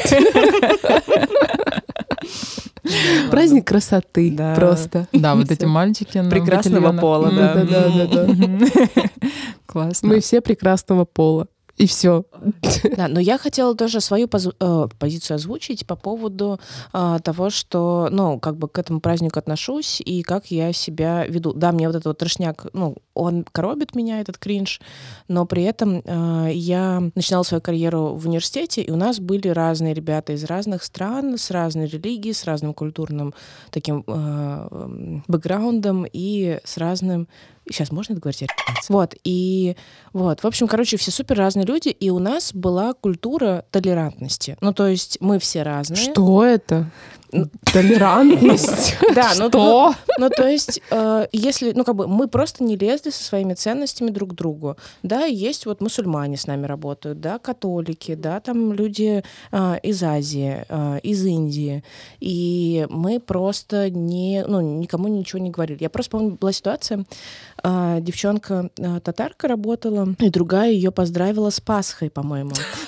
Праздник красоты просто. Да, вот эти мальчики. Прекрасного пола, да. Классно. Мы все прекрасного пола. И все. Да, но я хотела тоже свою позицию озвучить по поводу того, что, ну, как бы к этому празднику отношусь и как я себя веду. Да, мне вот этот вот трешняк, ну, он коробит меня, этот кринж, но при этом я начинала свою карьеру в университете, и у нас были разные ребята из разных стран, с разной религией, с разным культурным таким бэкграундом и с разным... Сейчас можно это говорить? Вот, и вот, в общем, короче, все супер разные люди, и у нас была культура толерантности. Ну, то есть мы все разные. Что это? Толерантность? Да, что? Ну, то есть, если, ну, как бы, мы просто не лезли со своими ценностями друг к другу. Да, есть вот мусульмане с нами работают, да, католики, да, там люди из Азии, из Индии. И мы просто никому ничего не говорили. Я просто помню, была ситуация, девчонка татарка работала, и другая ее поздравила с Пасхой, по-моему.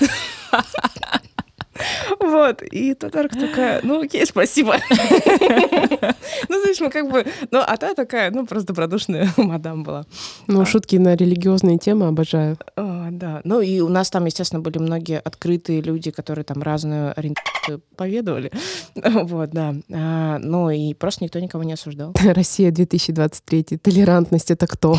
Вот, и татарка такая, ну окей, спасибо. Ну, знаешь, мы как бы... Ну, а та такая, ну, просто добродушная мадам была. Ну, шутки на религиозные темы обожаю. Да, ну и у нас там, естественно, были многие открытые люди, которые там разную ориентацию поведовали. Вот, да. Ну и просто никто никого не осуждал. Россия 2023. Толерантность — это кто?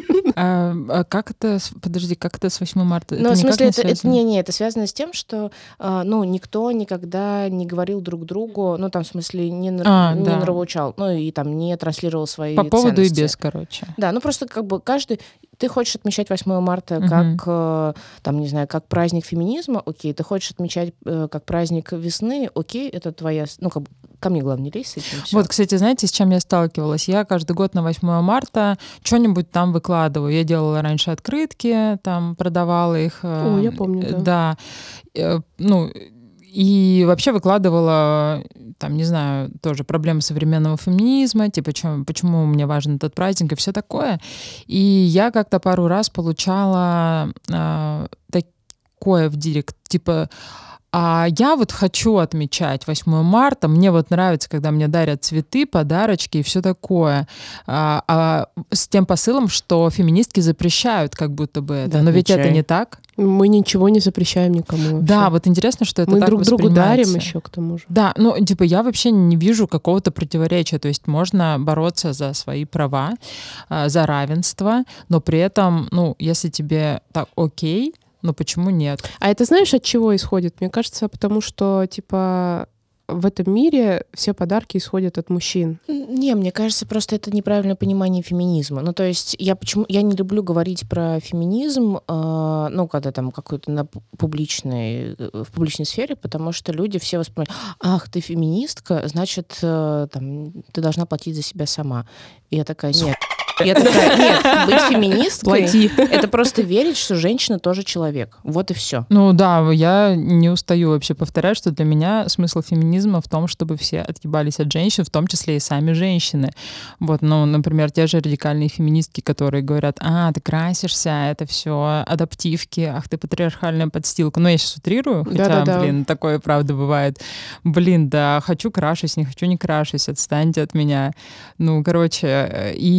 Как это, подожди, как это с 8 марта? Ну, в смысле, это связано с тем, что, ну, никто никогда не говорил друг другу, ну, там, в смысле, не нравоучал, ну, и там не транслировал свои ценности. По поводу и без, короче. Да, ну, просто как бы каждый... Ты хочешь отмечать 8 марта как, там, не знаю, как праздник феминизма, окей, ты хочешь отмечать как праздник весны, окей, это твоя, ну, как бы, ко мне, главное, не лезь с этим. Вот, кстати, знаете, с чем я сталкивалась? Я каждый год на 8 марта что-нибудь там выкладываю. Я делала раньше открытки, там, продавала их. О, я помню, да. Да. Ну, и вообще выкладывала, там, не знаю, тоже проблемы современного феминизма, типа, почему мне важен этот праздник и все такое. И я как-то пару раз получала такое в директ, типа... А я вот хочу отмечать 8 марта, мне вот нравится, когда мне дарят цветы, подарочки и все такое. С тем посылом, что феминистки запрещают как будто бы это. Да, но ведь это не так. Мы ничего не запрещаем никому вообще. Да, вот интересно, что это мы так друг другу дарим еще к тому же. Да, ну, типа, я вообще не вижу какого-то противоречия. То есть можно бороться за свои права, за равенство, но при этом, ну, если тебе так окей, но почему нет? А это знаешь, от чего исходит? Мне кажется, потому что, типа, в этом мире все подарки исходят от мужчин. Не, мне кажется, просто это неправильное понимание феминизма. Ну, то есть я не люблю говорить про феминизм, ну, когда там какой-то в публичной сфере, потому что люди все воспринимают: ах, ты феминистка, значит, там, ты должна платить за себя сама. И я такая: нет. Я такая: нет, быть феминисткой — это просто верить, что женщина тоже человек. Вот и все. Ну да, я не устаю вообще повторять, что для меня смысл феминизма в том, чтобы все отъебались от женщин, в том числе и сами женщины. Вот, ну, например, те же радикальные феминистки, которые говорят: ты красишься, это все адаптивки, ах, ты патриархальная подстилка. Ну, я сейчас утрирую, хотя, блин, такое правда бывает. Блин, да, хочу крашусь, не хочу не крашусь, отстаньте от меня. Ну, короче, и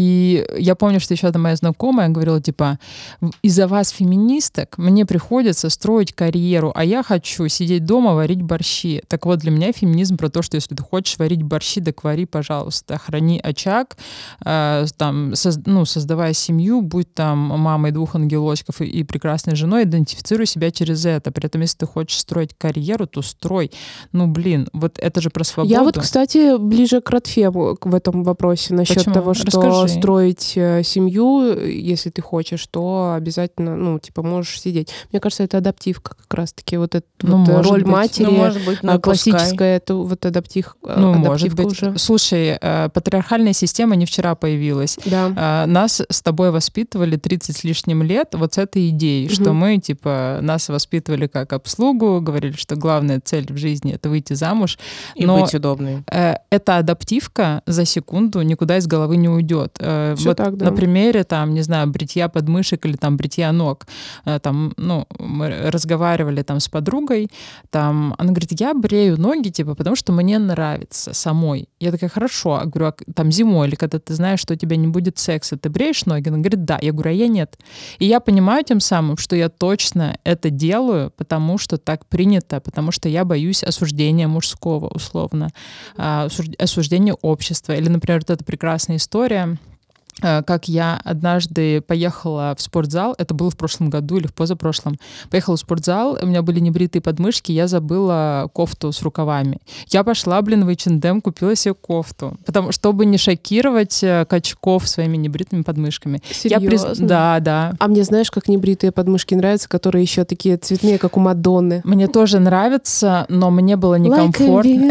И я помню, что еще одна моя знакомая говорила, типа, из-за вас, феминисток, мне приходится строить карьеру, а я хочу сидеть дома, варить борщи. Так вот, для меня феминизм про то, что если ты хочешь варить борщи, так вари, пожалуйста, храни очаг, создавая семью, будь там мамой 2 ангелочков и прекрасной женой, идентифицируй себя через это. При этом, если ты хочешь строить карьеру, то строй. Вот это же про свободу. Я вот, кстати, ближе к Радфе в этом вопросе насчет того, что строить семью, если ты хочешь, то обязательно, можешь сидеть. Мне кажется, это адаптивка как раз-таки. Вот эта роль матери, классическая, это вот адаптивка может быть. уже. Слушай, патриархальная система не вчера появилась. Да. Нас с тобой воспитывали 30 с лишним лет вот с этой идеей, что мы, нас воспитывали как обслугу, говорили, что главная цель в жизни — это выйти замуж. И быть удобной. Эта адаптивка за секунду никуда из головы не уйдет. Так, да. На примере, бритья подмышек или бритья ног. Мы разговаривали с подругой, она говорит, я брею ноги, потому что мне нравится самой. Я такая, хорошо. Я говорю, зимой или когда ты знаешь, что у тебя не будет секса, ты бреешь ноги? Она говорит, да. Я говорю, а я нет. И я понимаю тем самым, что я точно это делаю, потому что так принято, потому что я боюсь осуждения мужского, условно, осуждения общества. Или, например, вот эта прекрасная история, как я однажды поехала в спортзал, это было в прошлом году или в позапрошлом, поехала в спортзал, у меня были небритые подмышки, я забыла кофту с рукавами. Я пошла, в H&M, купила себе кофту, чтобы не шокировать качков своими небритыми подмышками. Серьезно? Да. А мне, знаешь, как небритые подмышки нравятся, которые еще такие цветные, как у Мадонны? Мне тоже нравится, но мне было некомфортно.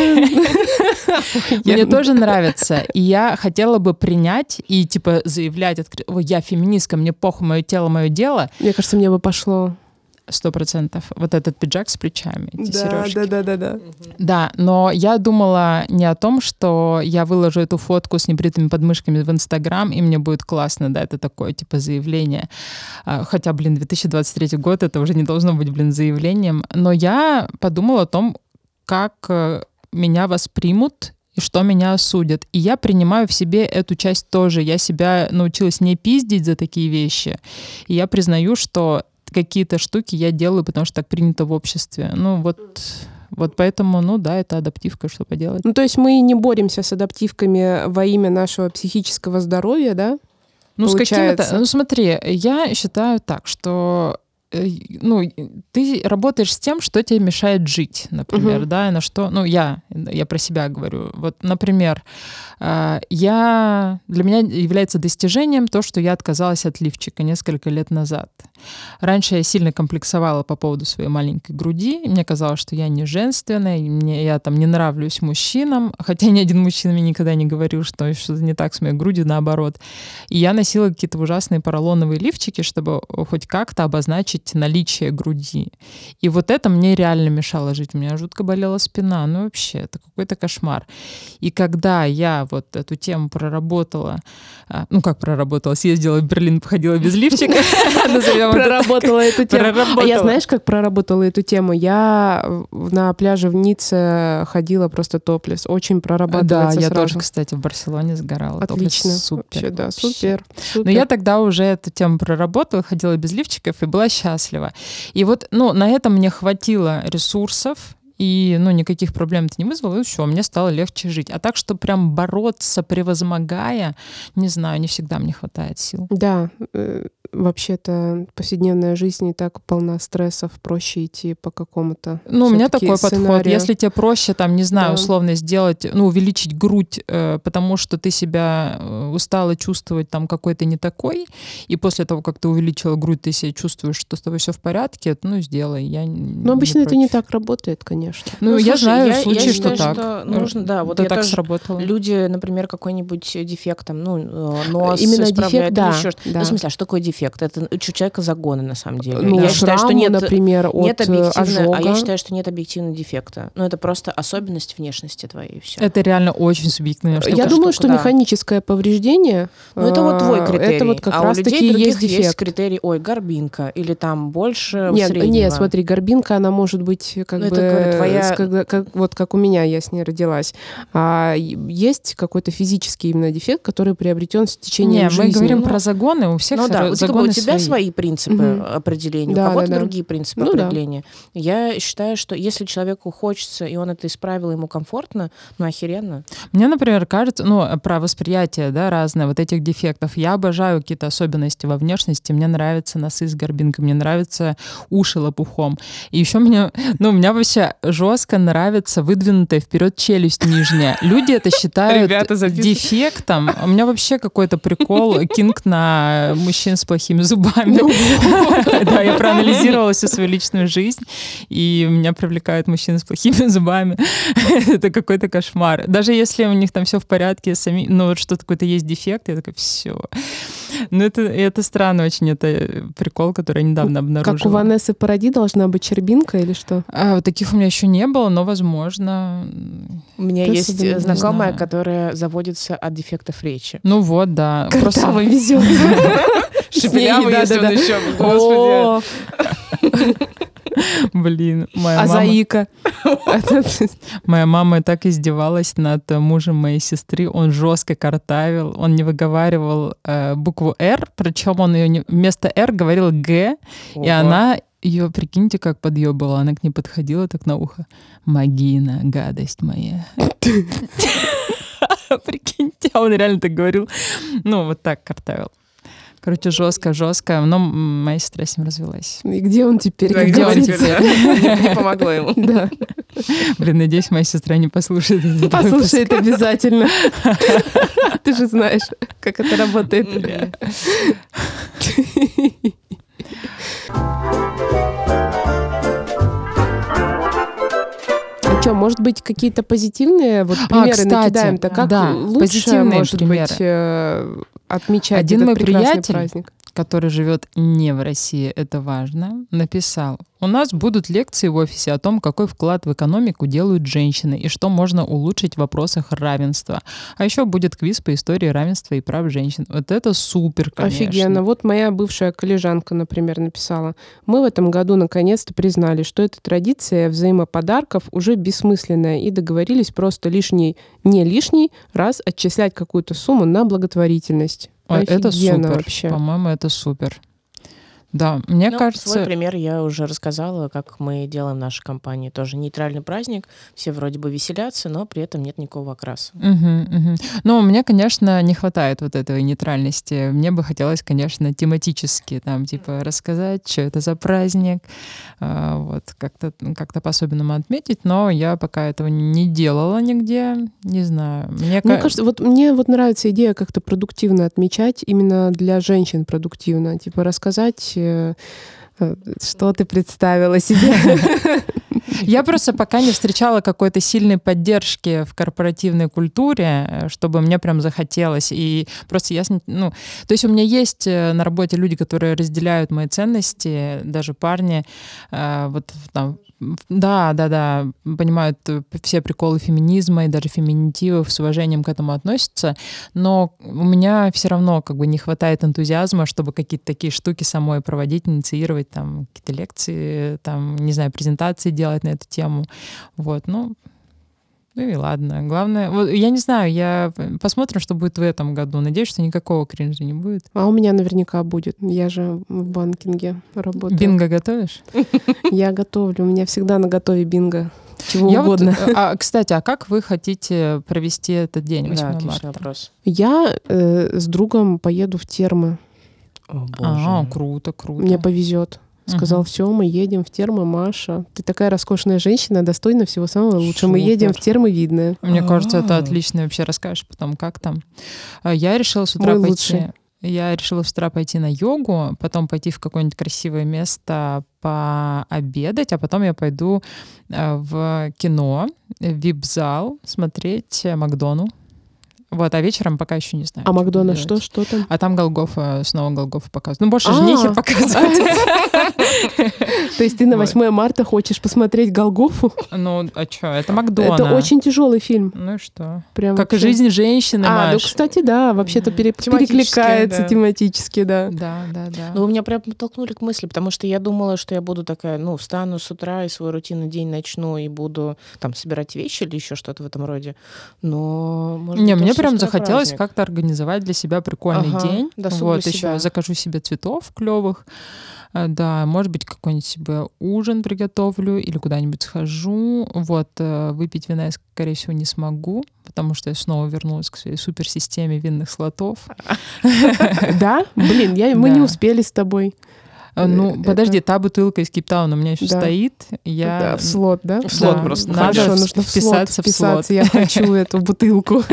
Мне тоже нравится. И я хотела бы принять и заявлять, я феминистка, мне похуй, мое тело, мое дело. Мне кажется, мне бы пошло. 100%. Вот этот пиджак с плечами, эти сережки. Да. Да, но я думала не о том, что я выложу эту фотку с небритыми подмышками в Инстаграм, и мне будет классно, да, это такое, заявление. Хотя, 2023 год, это уже не должно быть, заявлением. Но я подумала о том, как меня воспримут и что меня осудят. И я принимаю в себе эту часть тоже. Я себя научилась не пиздить за такие вещи. И я признаю, что какие-то штуки я делаю, потому что так принято в обществе. Вот поэтому, это адаптивка, что поделать. То есть мы не боремся с адаптивками во имя нашего психического здоровья, да? С какими-то... смотри, я считаю так, что ты работаешь с тем, что тебе мешает жить, например, да, и на что, я про себя говорю. Вот, например, для меня является достижением то, что я отказалась от лифчика несколько лет назад. Раньше я сильно комплексовала по поводу своей маленькой груди, мне казалось, что я не женственная, я не нравлюсь мужчинам, хотя ни один мужчина мне никогда не говорил, что что-то не так с моей грудью, наоборот. И я носила какие-то ужасные поролоновые лифчики, чтобы хоть как-то обозначить наличие груди. И вот это мне реально мешало жить. У меня жутко болела спина. Вообще, это какой-то кошмар. И когда я вот эту тему проработала, съездила в Берлин, походила без лифчика. Проработала эту тему. А я знаешь, как проработала эту тему? Я на пляже в Ницце ходила просто топлес. Очень прорабатывается сразу. Да, я тоже, кстати, в Барселоне сгорала. Отлично. Супер. Вообще, да, супер. Но я тогда уже эту тему проработала, ходила без лифчиков и была счастлива. И вот, на этом мне хватило ресурсов, и, никаких проблем это не вызвало, и все, мне стало легче жить. А так, что прям бороться, превозмогая, не знаю, не всегда мне хватает сил. Да, вообще-то повседневная жизнь не так полна стрессов, проще идти по какому-то у меня такой сценарию. подход. Если тебе проще, условно сделать, увеличить грудь, потому что ты себя устала чувствовать какой-то не такой, и после того, как ты увеличила грудь, ты себя чувствуешь, что с тобой все в порядке, сделай. Обычно это не так работает, конечно. Я знаю случаи, что считаю, так. Что нужно, да, вот это я так тоже, сработало. Люди, например, какой-нибудь дефект, нос именно исправляют, дефект, да. или еще что-то. Да. В смысле, а что такое дефект? дефект. Это у человека загоны, на самом деле. Я считаю, что нет, например, нет ожога. А я считаю, что нет объективного дефекта. Это просто особенность внешности твоей, и все. Это реально очень субъективная штука. Я думаю, что механическое повреждение... это вот твой критерий. Это вот как раз таки есть дефект. Есть критерий, горбинка, или там больше среднего. Нет, смотри, горбинка, она может быть твоя... как у меня, я с ней родилась. А есть какой-то физический именно дефект, который приобретен с течением жизни. Мы говорим про загоны, у всех загоны у тебя свои принципы определения, у кого-то другие принципы определения. Я считаю, что если человеку хочется, и он это исправил, ему комфортно, охеренно. Мне, например, кажется, про восприятие, разное вот этих дефектов. Я обожаю какие-то особенности во внешности. Мне нравятся носы с горбинкой, мне нравятся уши лопухом. И еще мне вообще жестко нравится выдвинутая вперед челюсть нижняя. Люди это считают дефектом. У меня вообще какой-то прикол кинг на мужчин с плохими зубами. Да, я проанализировала всю свою личную жизнь, и меня привлекают мужчины с плохими зубами. Это какой-то кошмар. Даже если у них там все в порядке, что-то какой-то есть дефект, я такая, все. Это странно очень, это прикол, который я недавно обнаружила. Как у Ванессы Паради должна быть чербинка или что? Вот таких у меня еще не было, но возможно. У меня есть знакомая, которая заводится от дефектов речи. Да. Просто вам везет. Шепелявый, если он еще, господи. Блин, моя заика? Моя мама так издевалась над мужем моей сестры. Он жестко картавил, он не выговаривал букву «Р», причем он ее вместо «Р» говорил «Г», и она ее, прикиньте, как подъебала. Она к ней подходила так на ухо. «Магина, гадость моя». Прикиньте, а он реально так говорил. Вот так картавил. Короче, жестко, но моя сестра с ним развелась. И где он теперь? Где он теперь? Не помогло ему. Да. Блин, надеюсь, моя сестра не послушает. Послушает обязательно. Ты же знаешь, как это работает. Что, может быть, какие-то позитивные примеры накидаем-то? Как лучше, может быть, отмечать этот прекрасный праздник? Который живет не в России, это важно, написал: у нас будут лекции в офисе о том, какой вклад в экономику делают женщины и что можно улучшить в вопросах равенства. А еще будет квиз по истории равенства и прав женщин. Вот это супер, конечно. Офигенно. Вот моя бывшая коллежанка, например, написала: мы в этом году наконец-то признали, что эта традиция взаимоподарков уже бессмысленная, и договорились просто не лишний раз отчислять какую-то сумму на благотворительность. Это супер. Вообще. По-моему, это супер. Да, мне кажется... Свой пример я уже рассказала, как мы делаем в нашей компании. Тоже нейтральный праздник, все вроде бы веселятся, но при этом нет никакого окраса. Но мне, конечно, не хватает вот этой нейтральности. Мне бы хотелось, конечно, тематически там, рассказать, что это за праздник, вот, как-то по-особенному отметить, но я пока этого не делала нигде, не знаю. Мне кажется, мне нравится идея как-то продуктивно отмечать, именно для женщин продуктивно, рассказать, что ты представила себе. Я просто пока не встречала какой-то сильной поддержки в корпоративной культуре, чтобы мне прям захотелось. И просто то есть у меня есть на работе люди, которые разделяют мои ценности, даже парни, понимают все приколы феминизма и даже феминитивов, с уважением к этому относятся, но у меня все равно не хватает энтузиазма, чтобы какие-то такие штуки самой проводить, инициировать, какие-то лекции, не знаю, презентации делать на эту тему. Вот, и ладно. Главное, я не знаю, посмотрим, что будет в этом году. Надеюсь, что никакого кринжа не будет. А у меня наверняка будет. Я же в банкинге работаю. Бинго готовишь? Я готовлю. У меня всегда наготове бинго. Чего угодно. Кстати, а как вы хотите провести этот день, 8 марта? Отличный вопрос. Я с другом поеду в термы. О, боже. Круто. Мне повезет. Сказал: все, мы едем в термы, Маша. Ты такая роскошная женщина, достойна всего самого лучшего. Мы едем в термы Видное. Мне кажется, это отлично. Вообще расскажешь потом, как там. Я решила с утра пойти на йогу, потом пойти в какое-нибудь красивое место пообедать, а потом я пойду в кино, в вип-зал смотреть Макдону. Вот, а вечером пока еще не знаю. А Макдональдс что там? А там снова Голгофа показывают. Ну, больше же нехер показывать. То есть ты на 8 марта хочешь посмотреть Голгофу? Ну, а что? Это Макдональдс. Это очень тяжелый фильм. Ну и что? Прям как и жизнь женщины, Маш. Ну, кстати, да, вообще-то перекликается тематически, да. Да. Ну, вы меня прям подтолкнули к мысли, потому что я думала, что я буду такая, встану с утра и свой рутинный день начну и буду там собирать вещи или еще что-то в этом роде. Но, может быть, мне прям захотелось как-то организовать для себя прикольный день. Вот, еще закажу себе цветов клевых. Да, может быть, какой-нибудь себе ужин приготовлю или куда-нибудь схожу. Вот, выпить вина я, скорее всего, не смогу, потому что я снова вернулась к своей суперсистеме винных слотов. Да? Блин, мы не успели с тобой. Ну, подожди, та бутылка из Кейптауна у меня еще стоит. В слот, да? В слот просто. Надо нужно вписаться в слот. Я хочу эту бутылку.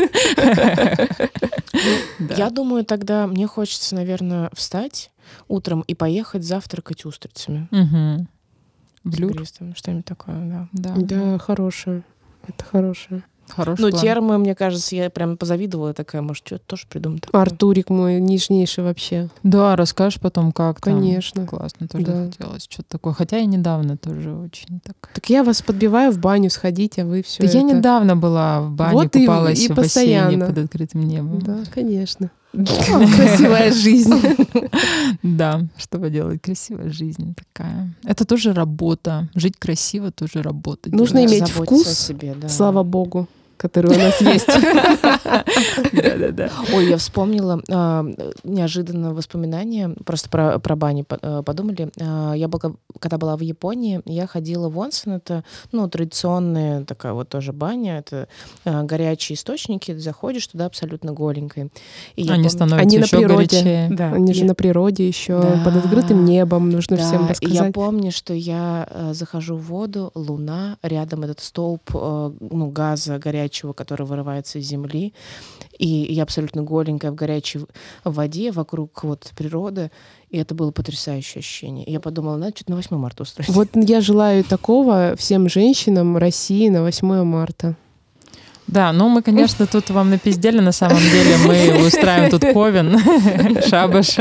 Я думаю, тогда мне хочется, наверное, встать утром и поехать завтракать устрицами. Блюр? Что-нибудь такое, да. Да, хорошее. Это хорошее. Ну, термы, мне кажется, я прям позавидовала, такая, может, что-то тоже придумать. Артурик мой нежнейший вообще. Да, расскажешь потом, как там. Конечно. Классно, тоже захотелось что-то такое. Хотя я недавно тоже очень так... Так я вас подбиваю в баню сходить, а вы все я недавно была в бане, вот купалась в бассейне под открытым небом. Да, конечно. Красивая жизнь. Да, что поделать, красивая жизнь такая. Это тоже работа. Жить красиво тоже работа. Нужно иметь вкус, слава богу, который у нас есть. Да. Ой, я вспомнила неожиданное воспоминание. Просто про бани подумали. Я когда была в Японии, я ходила в онсен. Это, традиционная такая вот тоже баня. Это горячие источники. Ты заходишь туда абсолютно голенькой. Они становятся еще горячее. Да. Они же на природе еще, под открытым небом. Нужно всем рассказать. И я помню, что я захожу в воду, луна, рядом этот столб газа горячего, который вырывается из земли. И я абсолютно голенькая в горячей воде, вокруг вот природы. И это было потрясающее ощущение. И я подумала, надо что-то на 8 марта устроить. Вот я желаю такого всем женщинам России на 8 марта. Да, мы, конечно, тут вам напиздели, на самом деле. Мы устраиваем тут ковен, шабаш.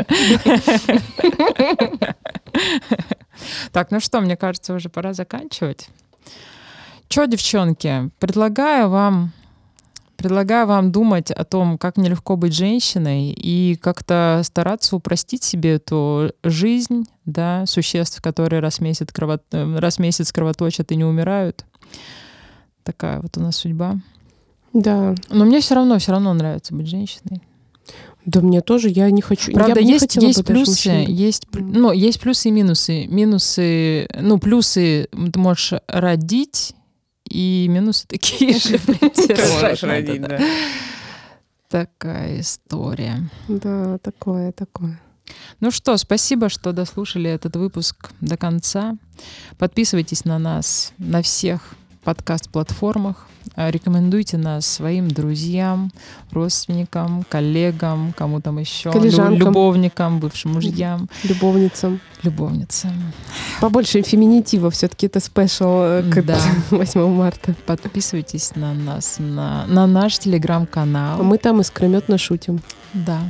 Так, ну что, мне кажется, уже пора заканчивать. Чё, девчонки, предлагаю вам думать о том, как нелегко быть женщиной и как-то стараться упростить себе эту жизнь, да, существ, которые раз в месяц кровоточат и не умирают. Такая вот у нас судьба. Да. Но мне все равно нравится быть женщиной. Да мне тоже, я не хочу. Правда, есть плюсы, есть плюсы и минусы. Плюсы ты можешь родить, и минусы такие же. Можешь родить, да. Такая история. Да, такое. Ну что, спасибо, что дослушали этот выпуск до конца. Подписывайтесь на нас на всех подкаст-платформах. Рекомендуйте нас своим друзьям, родственникам, коллегам, кому там еще, любовникам, бывшим мужьям. Любовницам. Побольше феминитива, все-таки это спешл к 8 марта. Подписывайтесь на нас, на наш телеграм-канал. Мы там искрометно шутим. Да.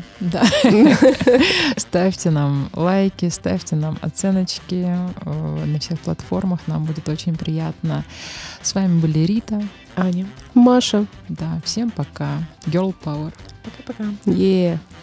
Ставьте нам лайки, ставьте нам оценочки на всех платформах, нам будет очень приятно. С вами были Рита, Аня, Маша. Да, всем пока. Girl Power. Пока-пока. Yeah.